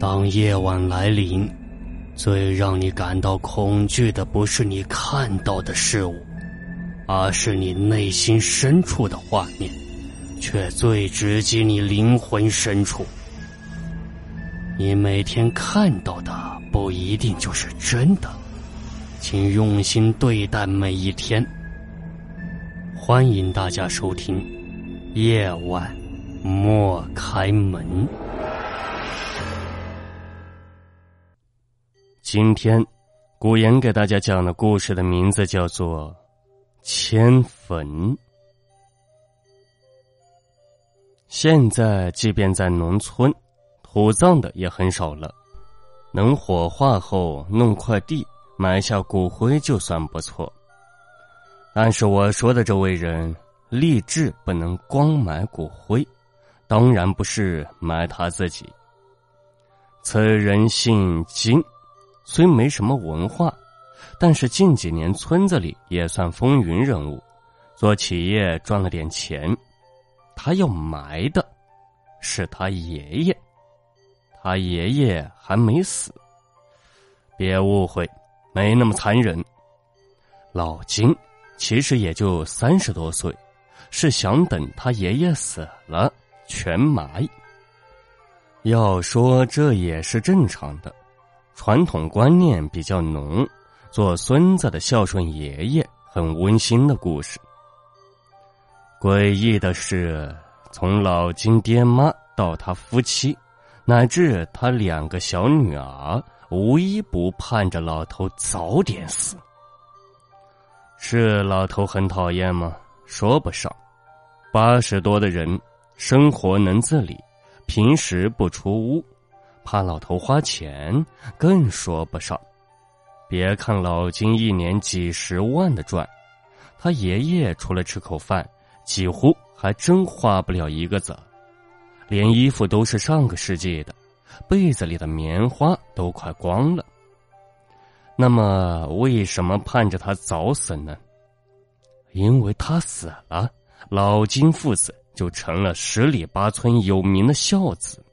当夜晚来临，最让你感到恐惧的不是你看到的事物，而是你内心深处的画面，却最直击你灵魂深处。你每天看到的不一定就是真的，请用心对待每一天。欢迎大家收听夜晚莫开门。今天古言给大家讲的故事的名字叫做迁坟。现在即便在农村，土葬的也很少了，能火化后弄块地埋下骨灰就算不错。但是我说的这位人立志不能光埋骨灰，当然不是埋他自己。此人姓金，虽没什么文化，但是近几年村子里也算风云人物，做企业赚了点钱。他要埋的是他爷爷，他爷爷还没死。别误会，没那么残忍。老金其实也就30多岁，是想等他爷爷死了全埋。要说这也是正常的，传统观念比较浓，做孙子的孝顺爷爷，很温馨的故事。诡异的是，从老金爹妈到他夫妻，乃至他2个小女儿，无一不盼着老头早点死。是老头很讨厌吗？说不上。80多的人，生活能自理，平时不出屋，怕老头花钱，更说不上。别看老金一年几十万的赚，他爷爷除了吃口饭，几乎还真花不了1个子，连衣服都是上个世纪的，被子里的棉花都快光了。那么为什么盼着他早死呢？因为他死了，老金父子就成了10里8村有名的孝子。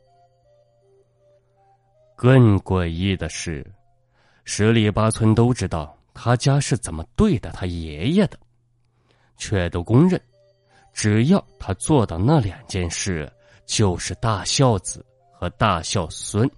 更诡异的是，10里8村都知道他家是怎么对待他爷爷的，却都公认，只要他做到那2件事，就是大孝子和大孝孙。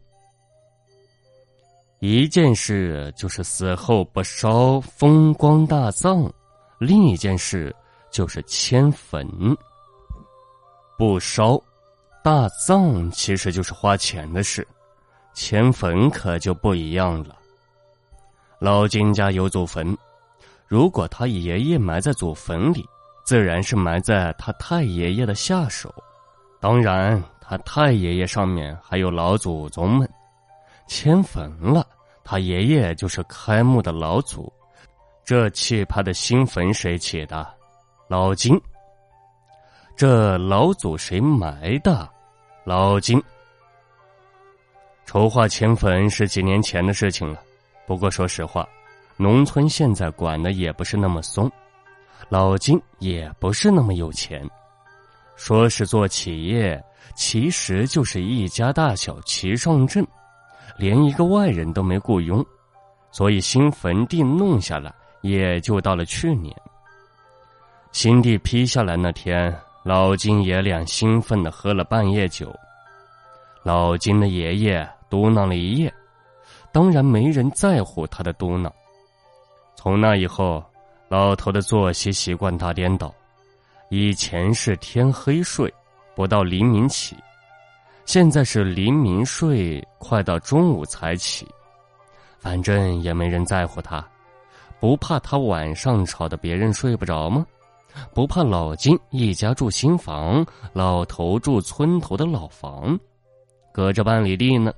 一件事就是死后不烧风光大葬，另一件事就是迁坟。不烧大葬其实就是花钱的事，迁坟可就不一样了。老金家有祖坟，如果他爷爷埋在祖坟里，自然是埋在他太爷爷的下手。当然他太爷爷上面还有老祖宗们。迁坟了，他爷爷就是开墓的老祖。这气派的新坟谁起的？老金。这老祖谁埋的？老金。筹划迁坟是几年前的事情了，不过说实话，农村现在管的也不是那么松，老金也不是那么有钱。说是做企业，其实就是一家大小齐上阵，连一个外人都没雇佣，所以新坟地弄下来也就到了去年。新地批下来那天，老金爷俩兴奋地喝了半夜酒。老金的爷爷嘟囔了一夜，当然没人在乎他的嘟囔。从那以后，老头的作息习惯大颠倒，以前是天黑睡，不到黎明起，现在是黎明睡，快到中午才起。反正也没人在乎他，不怕他晚上吵得别人睡不着吗？不怕老金一家住新房，老头住村头的老房，隔着半里地呢。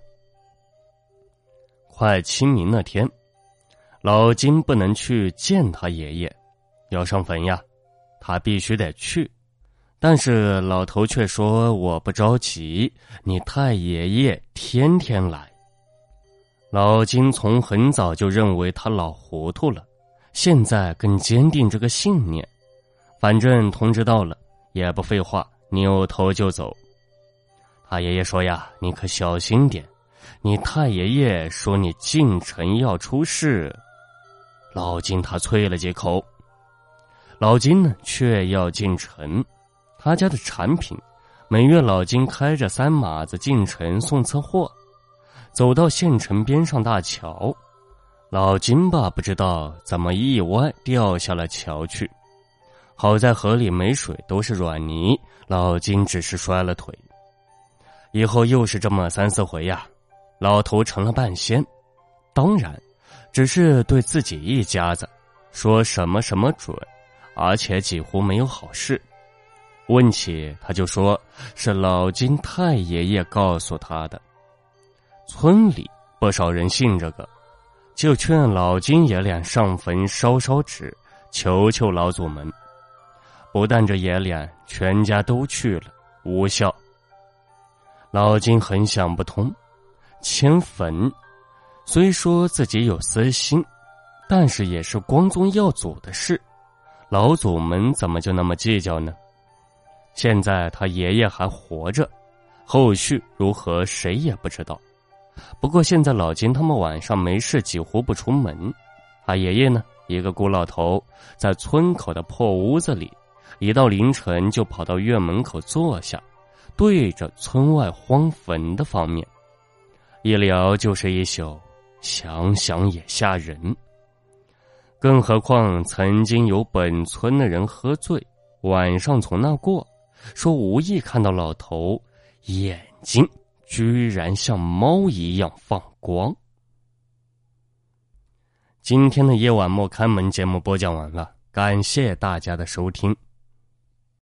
快清明那天，老金不能去见他爷爷，要上坟呀，他必须得去。但是老头却说，我不着急，你太爷爷天天来。老金从很早就认为他老糊涂了，现在更坚定这个信念。反正通知到了，也不废话，扭头就走。他爷爷说呀，你可小心点， 你太爷爷说你进城要出事。”老金他啐了几口。老金呢，却要进城，他家的产品，每月老金开着3马子进城送车货。走到县城边上大桥，老金吧不知道怎么意外掉下了桥去。好在河里没水，都是软泥，老金只是摔了腿。以后又是这么3、4回呀，老头成了半仙。当然，只是对自己一家子说什么什么准，而且几乎没有好事。问起他就说是老金太爷爷告诉他的。村里不少人信这个，就劝老金爷俩上坟烧烧纸，求求老祖们。不但这爷俩，全家都去了，无效。老金很想不通，迁坟虽说自己有私心，但是也是光宗耀祖的事，老祖们怎么就那么计较呢？现在他爷爷还活着，后续如何谁也不知道。不过现在老金他们晚上没事几乎不出门，他爷爷呢，一个孤老头，在村口的破屋子里，一到凌晨就跑到院门口坐下，对着村外荒坟的方面，一聊就是一宿，想想也吓人。更何况曾经有本村的人喝醉，晚上从那过，说无意看到老头眼睛居然像猫一样放光。今天的夜晚莫开门节目播讲完了，感谢大家的收听。